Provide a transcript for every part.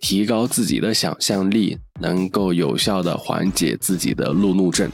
提高自己的想象力，能够有效的缓解自己的路怒症。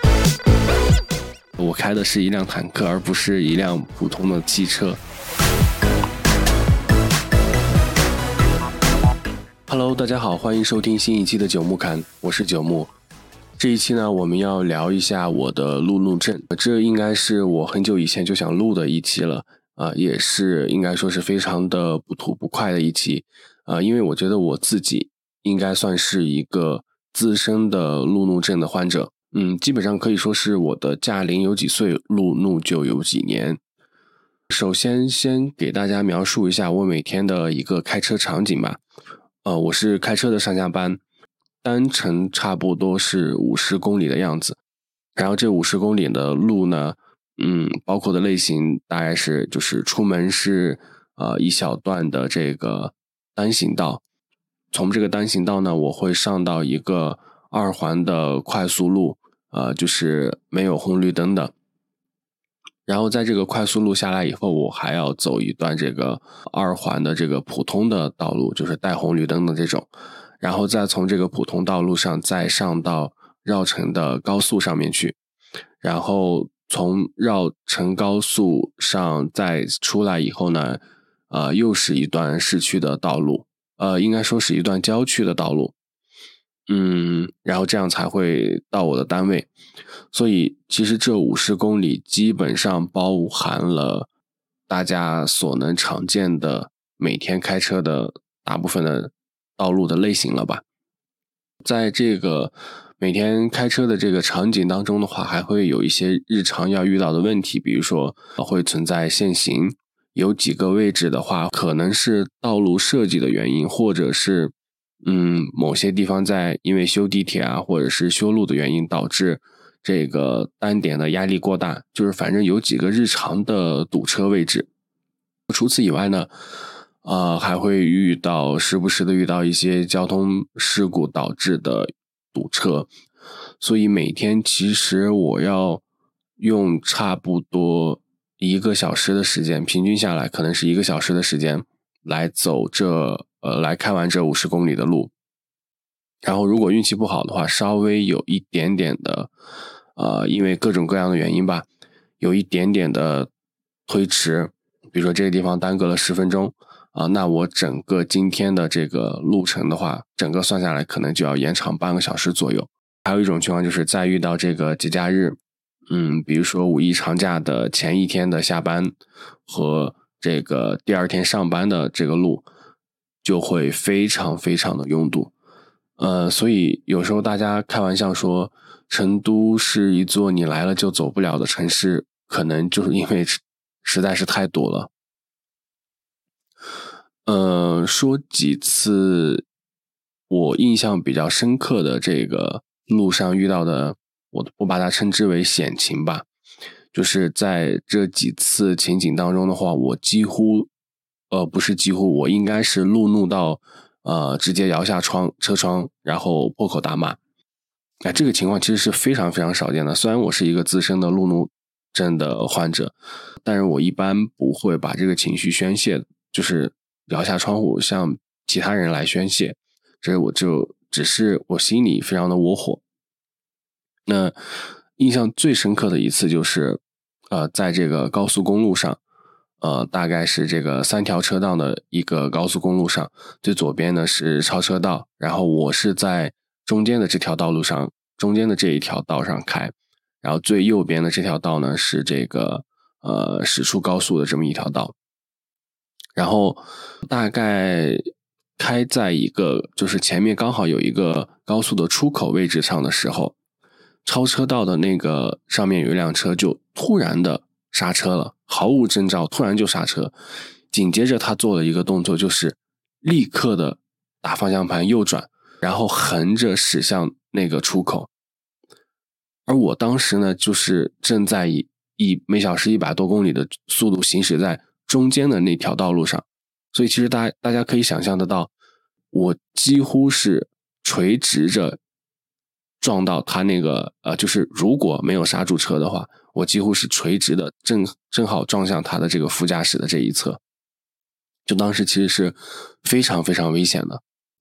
我开的是一辆坦克，而不是一辆普通的汽车。Hello， 大家好，欢迎收听新一期的九木侃，我是九木。这一期呢，我们要聊一下我的路怒症，这应该是我很久以前就想录的一期了，也是应该说是非常的不吐不快的一期，因为我觉得我自己应该算是一个资深的路怒症的患者，基本上可以说是我的驾龄有几岁，路怒就有几年。首先给大家描述一下我每天的一个开车场景吧。我是开车的上下班，单程差不多是50公里的样子。然后这50公里的路呢，包括的类型大概是就是出门是一小段的这个单行道，从这个单行道呢，我会上到一个2环的快速路，就是没有红绿灯的。然后在这个快速路下来以后，我还要走一段这个2环的这个普通的道路，就是带红绿灯的这种，然后再从这个普通道路上再上到绕城的高速上面去，然后从绕城高速上再出来以后呢，又是一段市区的道路，应该说是一段郊区的道路，然后这样才会到我的单位。所以其实这50公里基本上包含了大家所能常见的每天开车的大部分的道路的类型了吧。在这个每天开车的这个场景当中的话，还会有一些日常要遇到的问题，比如说会存在限行，有几个位置的话可能是道路设计的原因，或者是某些地方在因为修地铁啊或者是修路的原因导致这个单点的压力过大，就是反正有几个日常的堵车位置。除此以外呢，还会时不时的遇到一些交通事故导致的堵车，所以每天其实我要用差不多1个小时的时间，平均下来可能是1个小时的时间来来开完这50公里的路。然后如果运气不好的话，稍微有一点点的因为各种各样的原因吧，有一点点的推迟，比如说这个地方耽搁了10分钟那我整个今天的这个路程的话，整个算下来可能就要延长半个小时左右。还有一种情况就是在遇到这个节假日，比如说5一长假的前一天的下班和这个第2天上班的这个路就会非常非常的拥堵。所以有时候大家开玩笑说成都是一座你来了就走不了的城市，可能就是因为实在是太堵了。说几次我印象比较深刻的这个路上遇到的，我把它称之为险情吧，就是在这几次情景当中的话，我我应该是路怒到直接摇下车窗，然后破口大骂。这个情况其实是非常非常少见的，虽然我是一个资深的路怒症的患者，但是我一般不会把这个情绪宣泄，就是摇下窗户向其他人来宣泄，只是我心里非常的窝火。那印象最深刻的一次就是在这个高速公路上，大概是这个3条车道的一个高速公路上，最左边呢是超车道，然后我是在中间的这条道路上，中间的这一条道上开，然后最右边的这条道呢是这个驶出高速的这么一条道。然后大概开在一个就是前面刚好有一个高速的出口位置上的时候，超车道的那个上面有一辆车就突然的刹车了，毫无征兆，突然就刹车。紧接着他做了一个动作，就是立刻的打方向盘右转，然后横着驶向那个出口。而我当时呢，就是正在以每小时100多公里的速度行驶在中间的那条道路上，所以其实大家可以想象得到，我几乎是垂直着撞到他那个就是如果没有刹住车的话，我几乎是垂直的正好撞向他的这个副驾驶的这一侧，就当时其实是非常非常危险的。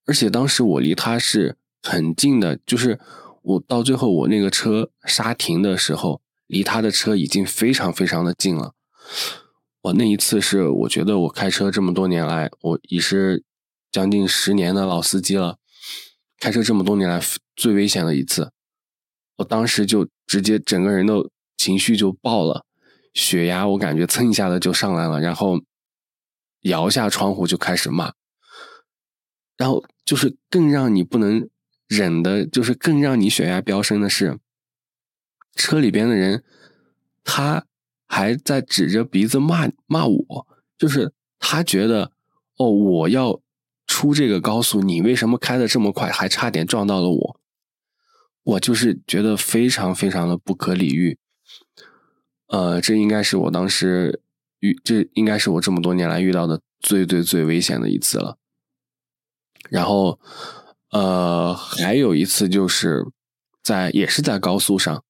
而且当时我离他是很近的，就是我到最后我那个车刹停的时候，离他的车已经非常非常的近了。我那一次是我觉得我开车这么多年来，我已是将近10年的老司机了，开车这么多年来最危险的一次。我当时就直接整个人的情绪就爆了，血压我感觉蹭一下子就上来了，然后摇下窗户就开始骂。然后就是更让你不能忍的，就是更让你血压飙升的是，车里边的人他还在指着鼻子骂我，就是他觉得我要出这个高速，你为什么开得这么快，还差点撞到了我。我就是觉得非常非常的不可理喻。这应该是我当时这应该是我这么多年来遇到的最危险的一次了。然后还有一次就是也是在高速上，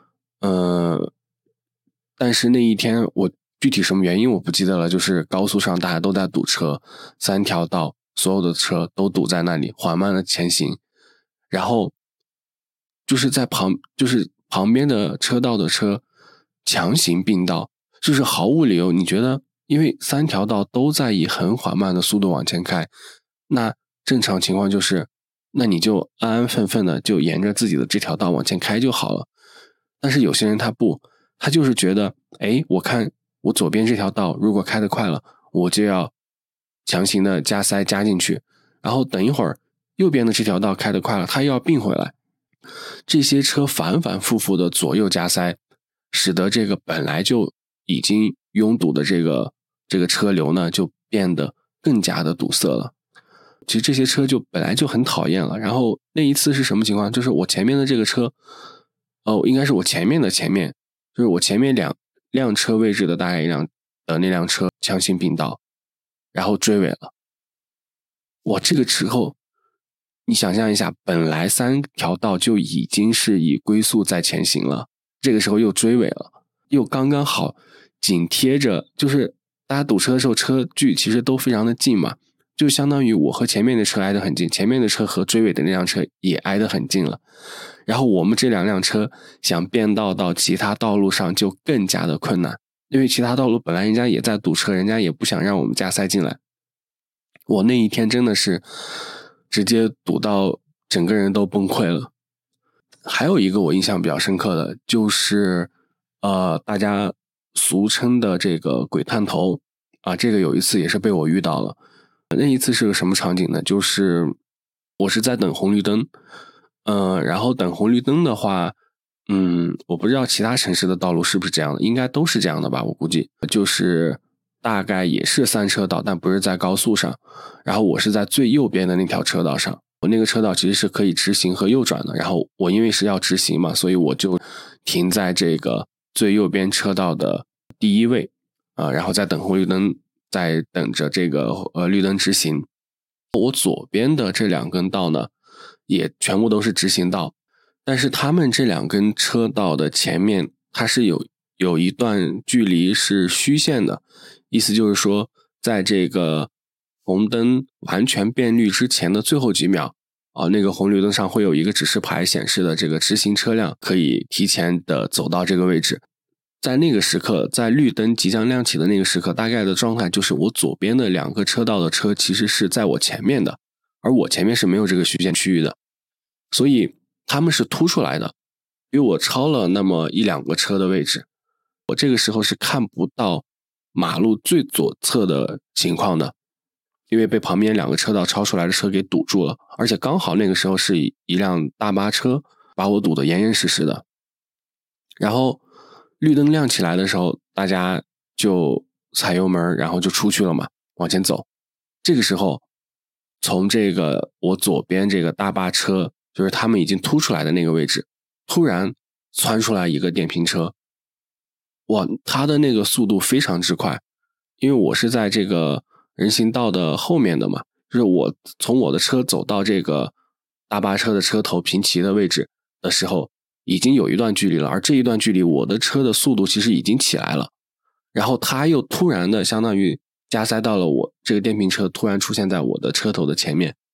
但是那一天我具体什么原因我不记得了，就是高速上大家都在堵车，3条道所有的车都堵在那里缓慢的前行，然后就是旁边的车道的车强行并道，就是毫无理由。你觉得因为3条道都在以很缓慢的速度往前开，那正常情况就是那你就安安分分的就沿着自己的这条道往前开就好了。但是有些人他就是觉得我看我左边这条道如果开得快了，我就要强行的加塞加进去，然后等一会儿右边的这条道开得快了，他又要并回来。这些车反反复复的左右加塞，使得这个本来就已经拥堵的这个车流呢就变得更加的堵塞了。其实这些车就本来就很讨厌了。然后那一次是什么情况，就是我前面的这个车应该是我前面的前面，就是我前面2辆车位置的大概那辆车强行并道，然后追尾了。我这个时候你想象一下，本来3条道就已经是以龟速在前行了，这个时候又追尾了，又刚刚好紧贴着，就是大家堵车的时候车距其实都非常的近嘛，就相当于我和前面的车挨得很近，前面的车和追尾的那辆车也挨得很近了。然后我们这2辆车想变道到其他道路上就更加的困难，因为其他道路本来人家也在堵车，人家也不想让我们加塞进来。我那一天真的是直接堵到整个人都崩溃了。还有一个我印象比较深刻的就是大家俗称的这个鬼探头啊，这个有一次也是被我遇到了。那一次是个什么场景呢，就是我是在等红绿灯，然后等红绿灯的话，我不知道其他城市的道路是不是这样的，应该都是这样的吧，我估计就是大概也是3车道，但不是在高速上。然后我是在最右边的那条车道上，我那个车道其实是可以直行和右转的，然后我因为是要直行嘛，所以我就停在这个最右边车道的第1位然后再等红绿灯，再等着这个绿灯直行。我左边的这2根道呢也全部都是直行道，但是他们这2根车道的前面它是有一段距离是虚线的，意思就是说在这个红灯完全变绿之前的最后几秒那个红绿灯上会有一个指示牌显示的这个直行车辆可以提前的走到这个位置。在那个时刻，在绿灯即将亮起的那个时刻，大概的状态就是我左边的2个车道的车其实是在我前面的，而我前面是没有这个虚线区域的，所以他们是突出来的，比我超了那么1-2个车的位置。我这个时候是看不到马路最左侧的情况的，因为被旁边2个车道超出来的车给堵住了，而且刚好那个时候是一辆大巴车把我堵得严严实实的。然后绿灯亮起来的时候，大家就踩油门，然后就出去了嘛，往前走。这个时候从这个我左边这个大巴车，就是他们已经突出来的那个位置，突然窜出来一个电瓶车。哇，他的那个速度非常之快，因为我是在这个人行道的后面的嘛，就是我从我的车走到这个大巴车的车头平齐的位置的时候，已经有一段距离了，而这一段距离我的车的速度其实已经起来了，然后他又突然的相当于加塞到了我这个电瓶车，突然出现在我的车头的前面。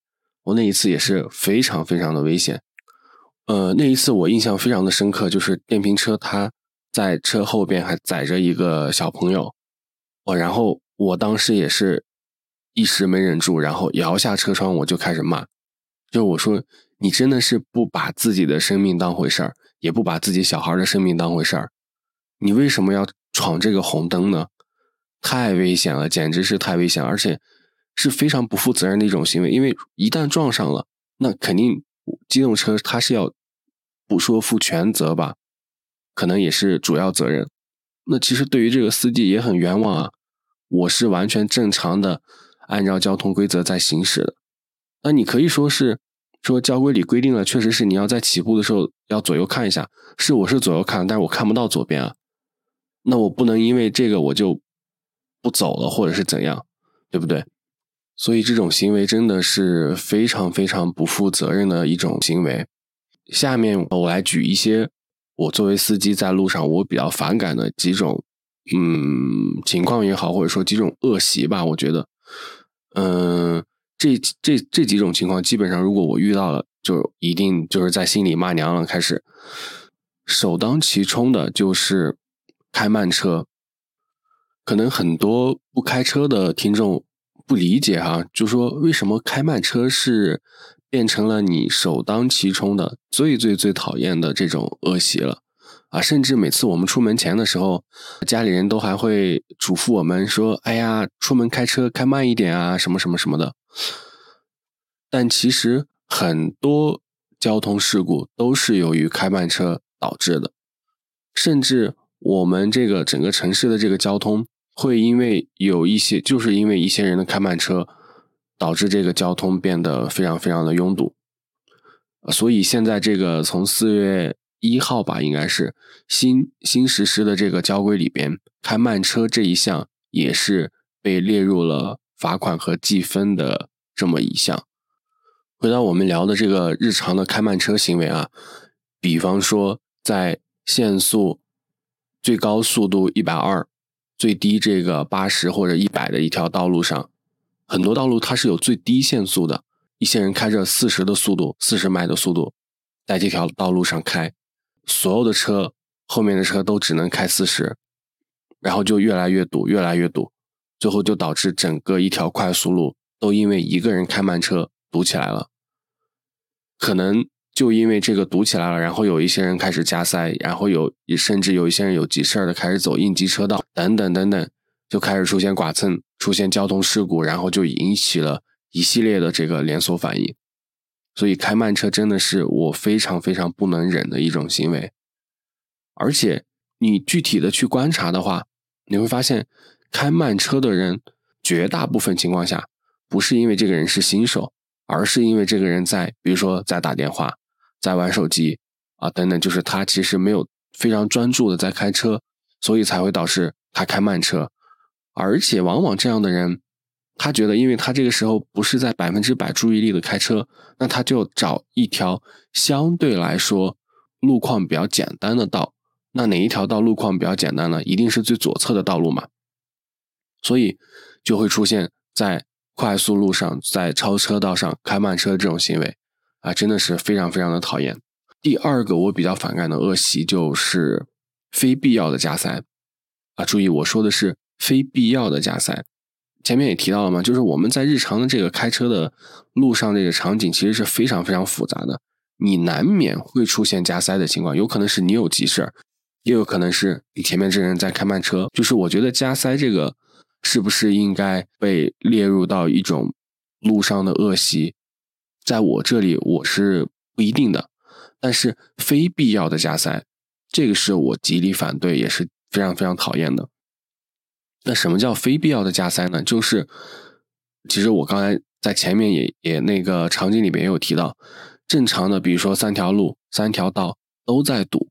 我那一次也是非常非常的危险。那一次我印象非常的深刻，就是电瓶车它在车后边还载着一个小朋友，然后我当时也是一时没忍住，然后摇下车窗我就开始骂，就我说你真的是不把自己的生命当回事儿，也不把自己小孩的生命当回事儿，你为什么要闯这个红灯呢？太危险了，简直是太危险了，而且是非常不负责任的一种行为，因为一旦撞上了，那肯定机动车它是要不说负全责吧，可能也是主要责任。那其实对于这个司机也很冤枉啊，我是完全正常的按照交通规则在行驶的。那你可以说是说交规里规定了，确实是你要在起步的时候要左右看一下，我是左右看，但是我看不到左边啊，那我不能因为这个我就不走了或者是怎样，对不对？所以这种行为真的是非常非常不负责任的一种行为。下面我来举一些我作为司机在路上我比较反感的几种情况也好，或者说几种恶习吧，我觉得这几种情况基本上如果我遇到了，就一定就是在心里骂娘了。开始首当其冲的就是开慢车，可能很多不开车的听众不理解哈，就说为什么开慢车是变成了你首当其冲的最最最讨厌的这种恶习了啊！甚至每次我们出门前的时候，家里人都还会嘱咐我们说：“哎呀，出门开车开慢一点啊，什么什么什么的。”但其实很多交通事故都是由于开慢车导致的，甚至我们这个整个城市的这个交通会因为就是因为一些人的开慢车，导致这个交通变得非常非常的拥堵。所以现在这个从4月1号吧，应该是新实施的这个交规里边，开慢车这一项也是被列入了罚款和记分的这么一项。回到我们聊的这个日常的开慢车行为啊，比方说在限速最高速度120，最低这个80或者100的一条道路上，很多道路它是有最低限速的，一些人开着40的速度，40迈的速度在这条道路上开，所有的车后面的车都只能开40，然后就越来越堵，越来越堵，最后就导致整个一条快速路都因为一个人开慢车堵起来了。可能就因为这个堵起来了，然后有一些人开始加塞，然后甚至有一些人有急事的开始走应急车道，等等等等，就开始出现剐蹭，出现交通事故，然后就引起了一系列的这个连锁反应。所以开慢车真的是我非常非常不能忍的一种行为。而且你具体的去观察的话，你会发现开慢车的人绝大部分情况下不是因为这个人是新手，而是因为这个人比如说在打电话，在玩手机啊等等，就是他其实没有非常专注的在开车，所以才会导致他开慢车。而且往往这样的人，他觉得因为他这个时候不是在100%注意力的开车，那他就找一条相对来说路况比较简单的道。那哪一条道路况比较简单呢？一定是最左侧的道路嘛。所以就会出现在快速路上，在超车道上开慢车这种行为啊，真的是非常非常的讨厌。第二个我比较反感的恶习就是非必要的加塞啊，注意我说的是非必要的加塞。前面也提到了嘛，就是我们在日常的这个开车的路上，这个场景其实是非常非常复杂的，你难免会出现加塞的情况，有可能是你有急事，也有可能是你前面这人在开慢车。就是我觉得加塞这个是不是应该被列入到一种路上的恶习，在我这里我是不一定的，但是非必要的加塞，这个是我极力反对，也是非常非常讨厌的。那什么叫非必要的加塞呢？就是其实我刚才在前面也那个场景里面也有提到，正常的比如说3条路3条道都在堵，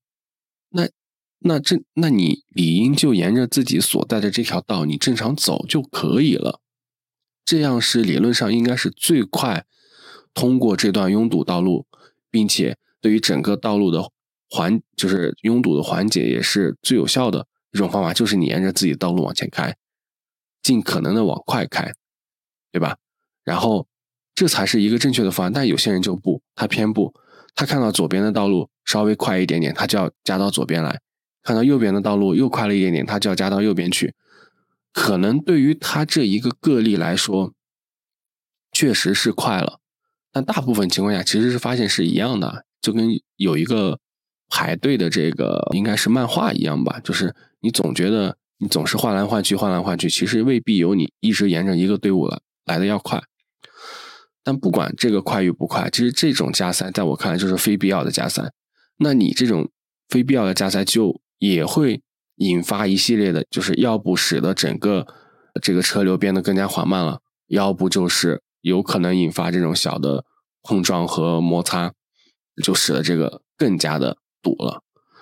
那你理应就沿着自己所在的这条道你正常走就可以了，这样是理论上应该是最快通过这段拥堵道路，并且对于整个道路的就是拥堵的缓解也是最有效的一种方法，就是你沿着自己的道路往前开，尽可能的往快开，对吧？然后这才是一个正确的方案。但有些人就不，他偏不，他看到左边的道路稍微快一点点，他就要加到左边来，看到右边的道路又快了一点点，他就要加到右边去。可能对于他这一个个例来说确实是快了，但大部分情况下其实是发现是一样的，就跟有一个排队的这个应该是漫画一样吧，就是你总觉得你总是换来换去换来换去，其实未必有你一直沿着一个队伍来的要快。但不管这个快与不快，其实这种加塞在我看来就是非必要的加塞。那你这种非必要的加塞就也会引发一系列的，就是要不使得整个这个车流变得更加缓慢了，要不就是有可能引发这种小的碰撞和摩擦，就使得这个更加的堵了。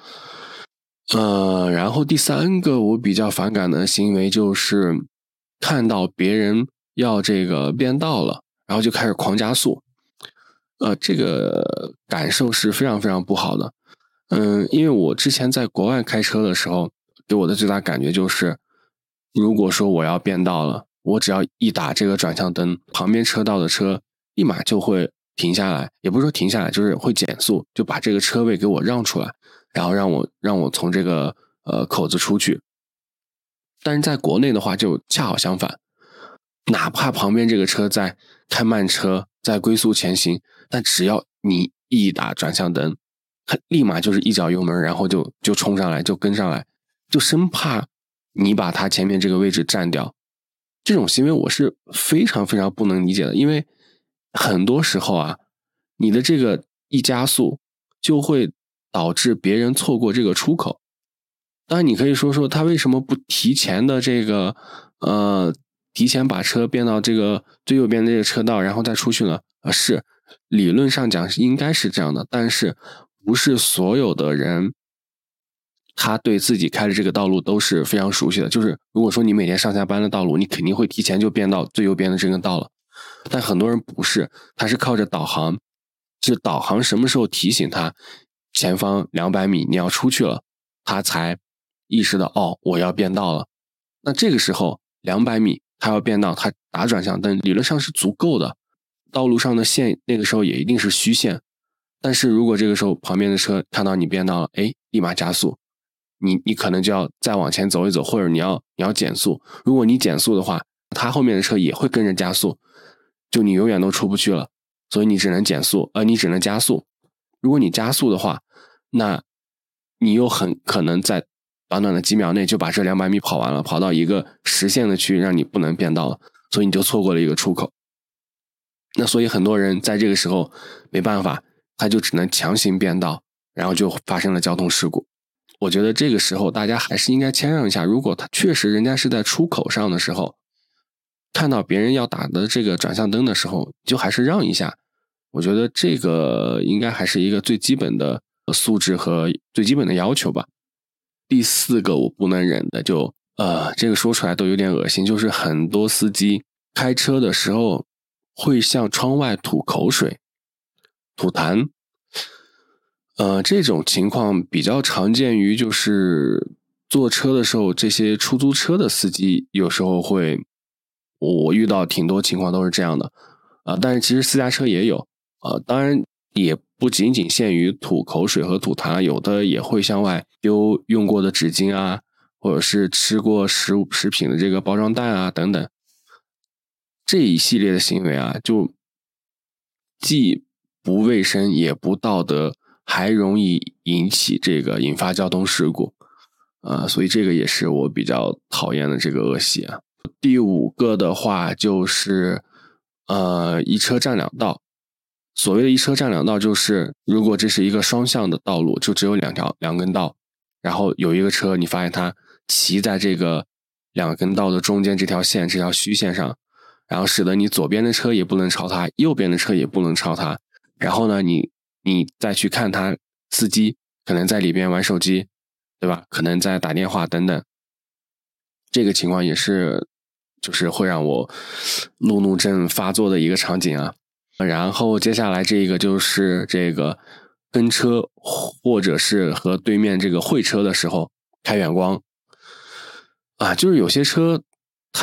然后第三个我比较反感的行为就是看到别人要这个变道了，然后就开始狂加速。这个感受是非常非常不好的。因为我之前在国外开车的时候，给我的最大感觉就是，如果说我要变道了，我只要一打这个转向灯，旁边车道的车立马就会停下来，也不是说停下来，就是会减速，就把这个车位给我让出来，然后让我从这个口子出去。但是在国内的话就恰好相反，哪怕旁边这个车在开慢车，在龟速前行，但只要你一打转向灯，立马就是一脚油门，然后就冲上来，就跟上来，就生怕你把他前面这个位置占掉。这种行为我是非常非常不能理解的，因为很多时候啊，你的这个一加速就会导致别人错过这个出口。当然你可以说说他为什么不提前的这个提前把车变到这个最右边的这个车道，然后再出去呢？是理论上讲应该是这样的，但是不是所有的人他对自己开的这个道路都是非常熟悉的。就是如果说你每天上下班的道路，你肯定会提前就变到最右边的这个道了，但很多人不是，他是靠着导航，是导航什么时候提醒他前方200米你要出去了，他才意识到我要变道了。那这个时候200米他要变道，他打转向灯理论上是足够的，道路上的线那个时候也一定是虚线。但是如果这个时候旁边的车看到你变道了，立马加速，你可能就要再往前走一走，或者你要减速。如果你减速的话，他后面的车也会跟着加速，就你永远都出不去了。所以你只能减速，你只能加速。如果你加速的话，那你又很可能在短短的几秒内就把这200米跑完了，跑到一个实线的区域，让你不能变道了，所以你就错过了一个出口。那所以很多人在这个时候没办法，他就只能强行变道，然后就发生了交通事故。我觉得这个时候大家还是应该谦让一下，如果他确实人家是在出口上的时候，看到别人要打的这个转向灯的时候，就还是让一下。我觉得这个应该还是一个最基本的素质和最基本的要求吧。第四个我不能忍的这个说出来都有点恶心，就是很多司机开车的时候会向窗外吐口水、吐痰。这种情况比较常见于就是坐车的时候，这些出租车的司机有时候会，我遇到挺多情况都是这样的。但是其实私家车也有，当然也不仅仅限于吐口水和吐痰，有的也会向外丢用过的纸巾啊，或者是吃过食品的这个包装袋啊等等。这一系列的行为啊，就既不卫生也不道德，还容易引发交通事故。所以这个也是我比较讨厌的这个恶习啊。第五个的话就是一车占两道。所谓的一车占两道，就是如果这是一个双向的道路，就只有两根道，然后有一个车你发现它骑在这个两根道的中间这条虚线上，然后使得你左边的车也不能超它，右边的车也不能超它。然后呢你再去看他司机可能在里边玩手机，对吧？可能在打电话等等。这个情况也是就是会让我路怒症发作的一个场景啊。然后接下来这个就是这个跟车或者是和对面这个会车的时候开远光。就是有些车它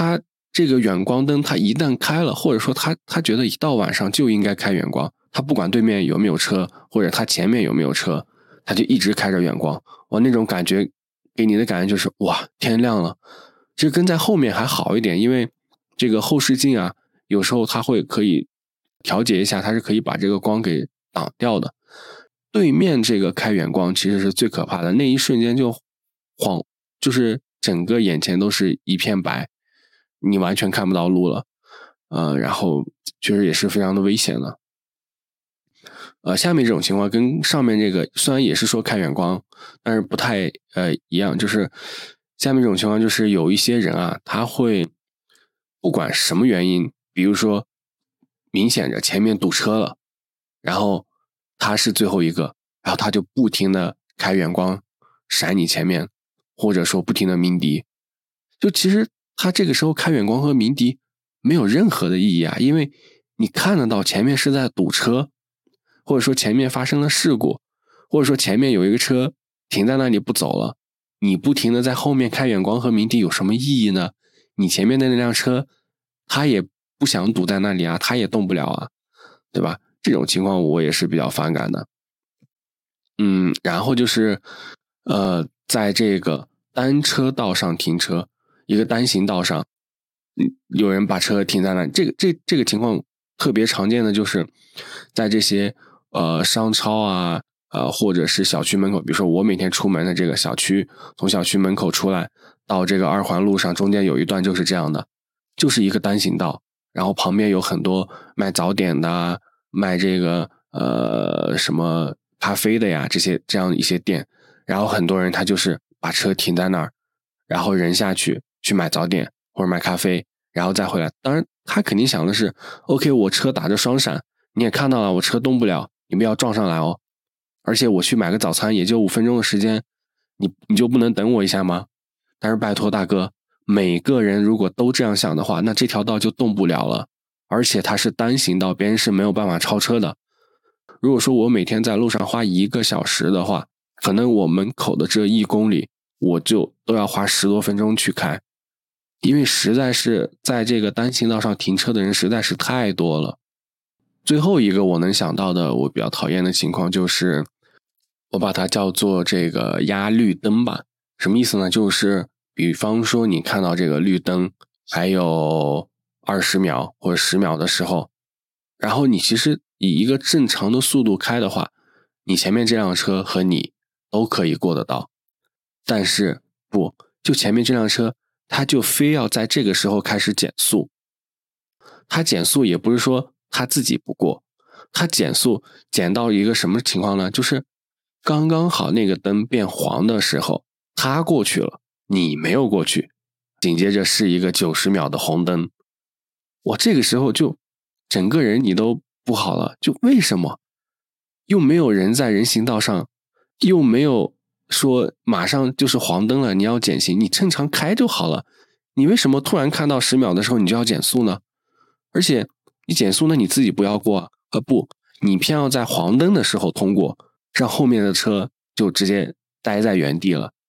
这个远光灯它一旦开了，或者说他觉得一到晚上就应该开远光，他不管对面有没有车，或者他前面有没有车，他就一直开着远光。哇，那种感觉给你的感觉就是哇，天亮了。这跟在后面还好一点，因为这个后视镜啊，有时候它可以调节一下，它是可以把这个光给挡掉的。对面这个开远光其实是最可怕的，那一瞬间就就是整个眼前都是一片白，你完全看不到路了。然后确实也是非常的危险的。下面这种情况跟上面这个虽然也是说开远光，但是不太一样，就是下面这种情况就是有一些人啊，他会不管什么原因，比如说明显着前面堵车了，然后他是最后一个，然后他就不停的开远光闪你前面，或者说不停的鸣笛。就其实他这个时候开远光和鸣笛没有任何的意义啊，因为你看得到前面是在堵车，或者说前面发生了事故，或者说前面有一个车停在那里不走了，你不停的在后面开远光和鸣笛有什么意义呢？你前面的那辆车他也不想堵在那里啊，他也动不了啊，对吧？这种情况我也是比较反感的。然后就是在这个单车道上停车，一个单行道上，有人把车停在那，这个情况特别常见的就是在这些商超啊，或者是小区门口，比如说我每天出门的这个小区，从小区门口出来到这个二环路上，中间有一段就是这样的，就是一个单行道，然后旁边有很多卖早点的，卖这个什么咖啡的呀，这样一些店，然后很多人他就是把车停在那儿，然后人下去买早点或者买咖啡，然后再回来。当然他肯定想的是 OK， 我车打着双闪，你也看到了我车动不了，你不要撞上来哦，而且我去买个早餐也就5分钟的时间，你就不能等我一下吗？但是拜托大哥，每个人如果都这样想的话，那这条道就动不了了，而且它是单行道，别人是没有办法超车的。如果说我每天在路上花1个小时的话，可能我门口的这1公里我就都要花10多分钟去开，因为实在是在这个单行道上停车的人实在是太多了。最后一个我能想到的我比较讨厌的情况就是我把它叫做这个压绿灯吧。什么意思呢？就是比方说你看到这个绿灯还有20秒或者10秒的时候，然后你其实以一个正常的速度开的话，你前面这辆车和你都可以过得到，但是不，就前面这辆车它就非要在这个时候开始减速。它减速也不是说它自己不过，它减速减到一个什么情况呢？就是刚刚好那个灯变黄的时候，它过去了，你没有过去，紧接着是一个90秒的红灯。我这个时候就整个人你都不好了，就为什么？又没有人在人行道上，又没有说马上就是黄灯了，你要减行，你正常开就好了。你为什么突然看到10秒的时候你就要减速呢？而且你减速呢，你自己不要过，不，你偏要在黄灯的时候通过，让后面的车就直接待在原地了。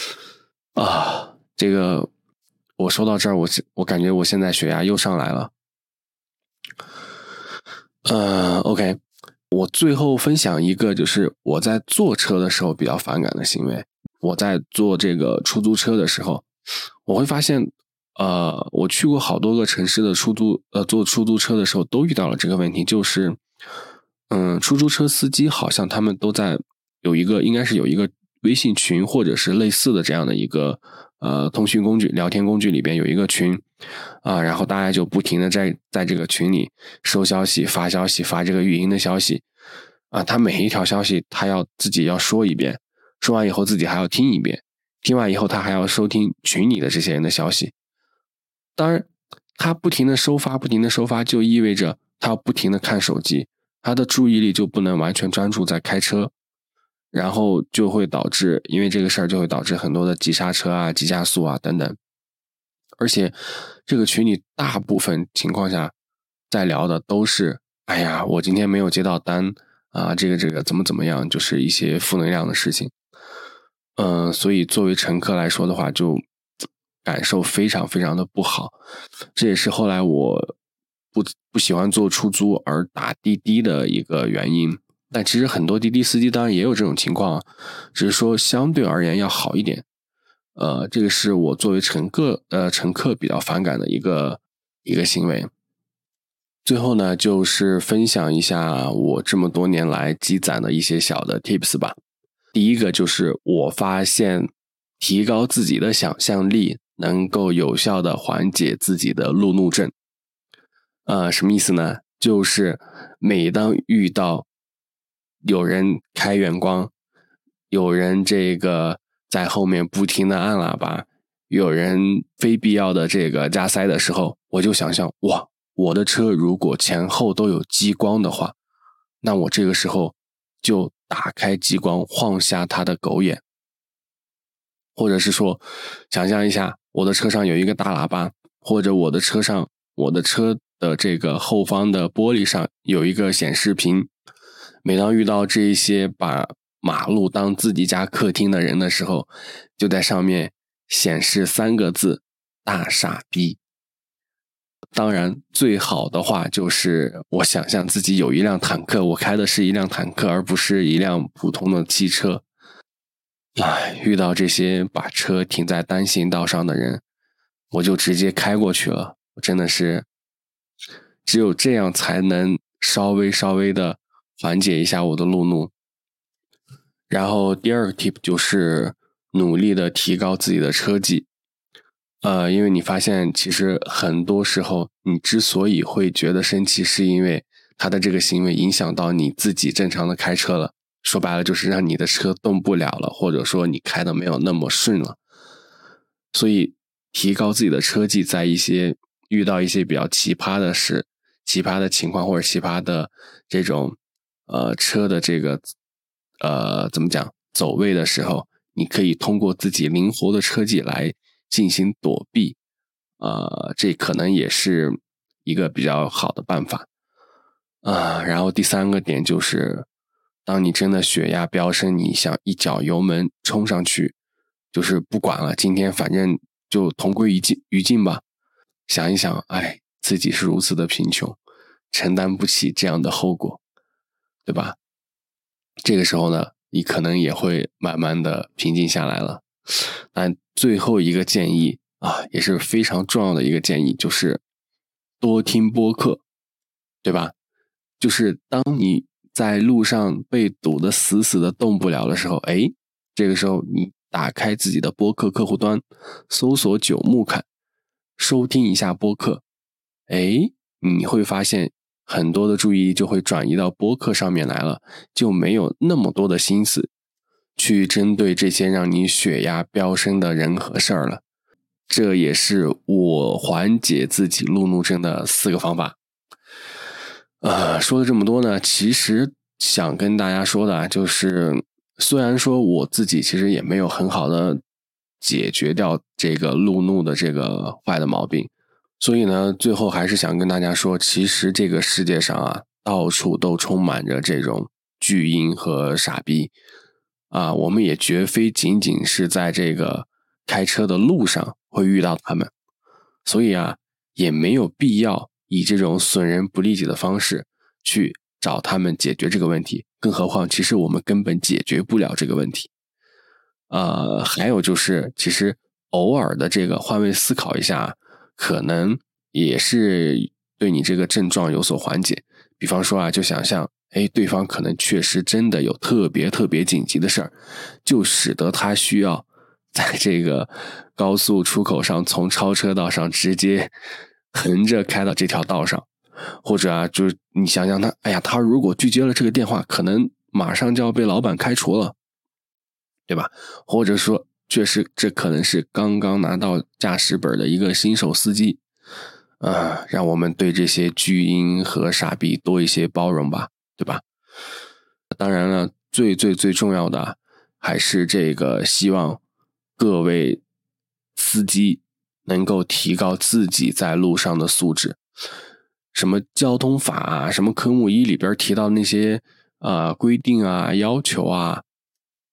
这个我说到这儿，我感觉我现在血压又上来了。OK， 我最后分享一个就是我在坐车的时候比较反感的行为。我在坐这个出租车的时候，我会发现我去过好多个城市的坐出租车的时候都遇到了这个问题，就是出租车司机好像他们都在应该是有一个微信群或者是类似的这样的一个通讯工具聊天工具里边有一个群然后大家就不停的在这个群里收消息发这个语音的消息他每一条消息他要自己要说一遍，说完以后自己还要听一遍，听完以后他还要收听群里的这些人的消息。当然他不停的收发就意味着他要不停的看手机，他的注意力就不能完全专注在开车，然后就会导致因为这个事儿就会导致很多的急刹车啊急加速啊等等。而且这个群里大部分情况下在聊的都是哎呀我今天没有接到单这个怎么样，就是一些负能量的事情。所以作为乘客来说的话，就感受非常非常的不好。这也是后来我不喜欢坐出租而打滴滴的一个原因。但其实很多滴滴司机当然也有这种情况，只是说相对而言要好一点。这个是我作为乘客比较反感的一个行为。最后呢，就是分享一下我这么多年来积攒的一些小的 tips 吧。第一个就是我发现提高自己的想象力能够有效的缓解自己的路怒症。什么意思呢？就是每当遇到有人开远光，有人这个在后面不停的按喇叭，有人非必要的这个加塞的时候，我就想象，哇，我的车如果前后都有激光的话，那我这个时候就打开激光，晃下他的狗眼。或者是说，想象一下，我的车上有一个大喇叭，或者我的车的这个后方的玻璃上有一个显示屏。每当遇到这些把马路当自己家客厅的人的时候，就在上面显示3个字：大傻逼。当然最好的话就是我想象自己有一辆坦克，我开的是一辆坦克而不是一辆普通的汽车。遇到这些把车停在单行道上的人，我就直接开过去了。我真的是只有这样才能稍微的缓解一下我的路怒。然后第二个 tip 就是努力的提高自己的车技。因为你发现其实很多时候你之所以会觉得生气，是因为他的这个行为影响到你自己正常的开车了。说白了就是让你的车动不了了，或者说你开的没有那么顺了。所以提高自己的车技，在遇到一些比较奇葩的情况，或者奇葩的这种车的这个怎么讲走位的时候，你可以通过自己灵活的车技来进行躲避。这可能也是一个比较好的办法。然后第3个点就是当你真的血压飙升，你想一脚油门冲上去，就是不管了，今天反正就同归于尽吧。想一想，自己是如此的贫穷，承担不起这样的后果，对吧？这个时候呢，你可能也会慢慢的平静下来了。但最后一个建议也是非常重要的一个建议，就是多听播客，对吧？就是当你在路上被堵得死死的动不了的时候，这个时候你打开自己的播客客户端，搜索九木侃，收听一下播客，你会发现很多的注意力就会转移到播客上面来了，就没有那么多的心思去针对这些让你血压飙升的人和事儿了。这也是我缓解自己路怒症的4个方法。说了这么多呢，其实想跟大家说的就是虽然说我自己其实也没有很好的解决掉这个路怒的这个坏的毛病，所以呢最后还是想跟大家说，其实这个世界上到处都充满着这种巨婴和傻逼我们也绝非仅仅是在这个开车的路上会遇到他们，所以也没有必要以这种损人不利己的方式去找他们解决这个问题，更何况其实我们根本解决不了这个问题。还有就是其实偶尔的这个换位思考一下，可能也是对你这个症状有所缓解。比方说就想象对方可能确实真的有特别紧急的事儿，就使得他需要在这个高速出口上从超车道上直接横着开到这条道上，或者就是你想想他如果拒接了这个电话，可能马上就要被老板开除了，对吧？或者说确实这可能是刚刚拿到驾驶本的一个新手司机让我们对这些巨婴和傻逼多一些包容吧，对吧？当然了，最重要的还是这个希望各位司机能够提高自己在路上的素质。什么交通法什么科目1里边提到那些规定要求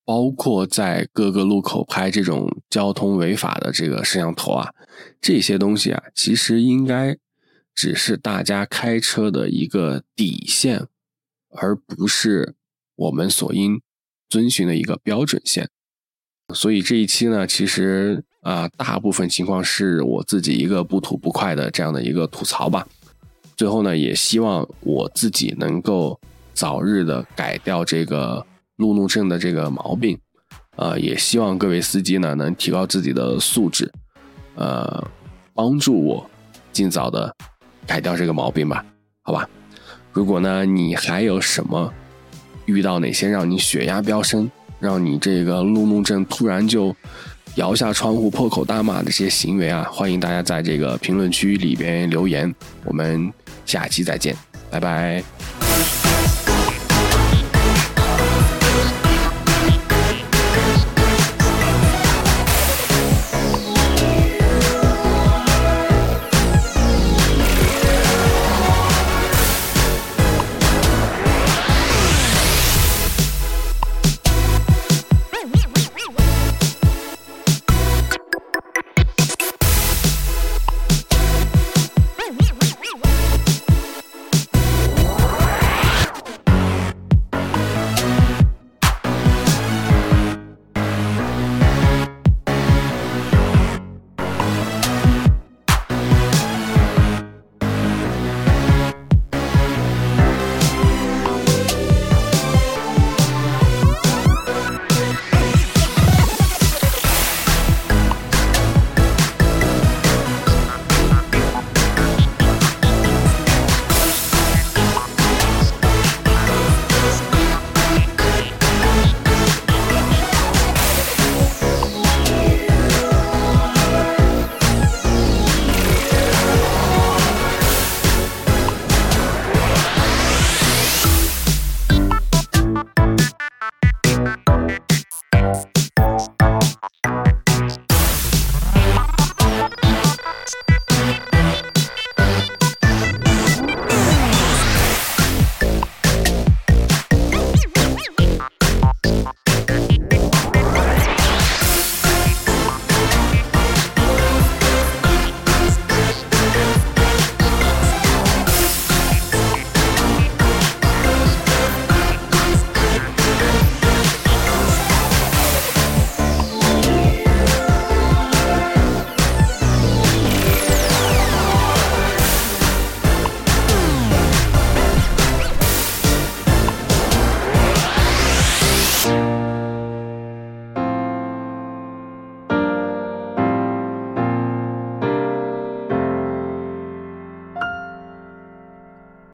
包括在各个路口拍这种交通违法的这个摄像头啊，这些东西啊，其实应该只是大家开车的一个底线，而不是我们所应遵循的一个标准线。所以这一期呢，其实大部分情况是我自己一个不吐不快的这样的一个吐槽吧。最后呢，也希望我自己能够早日的改掉这个路怒症的这个毛病，也希望各位司机呢能提高自己的素质，帮助我尽早的改掉这个毛病吧，好吧？如果呢你还有什么遇到哪些让你血压飙升，让你这个路怒症突然就摇下窗户破口大骂的这些行为啊，欢迎大家在这个评论区里边留言，我们下期再见，拜拜。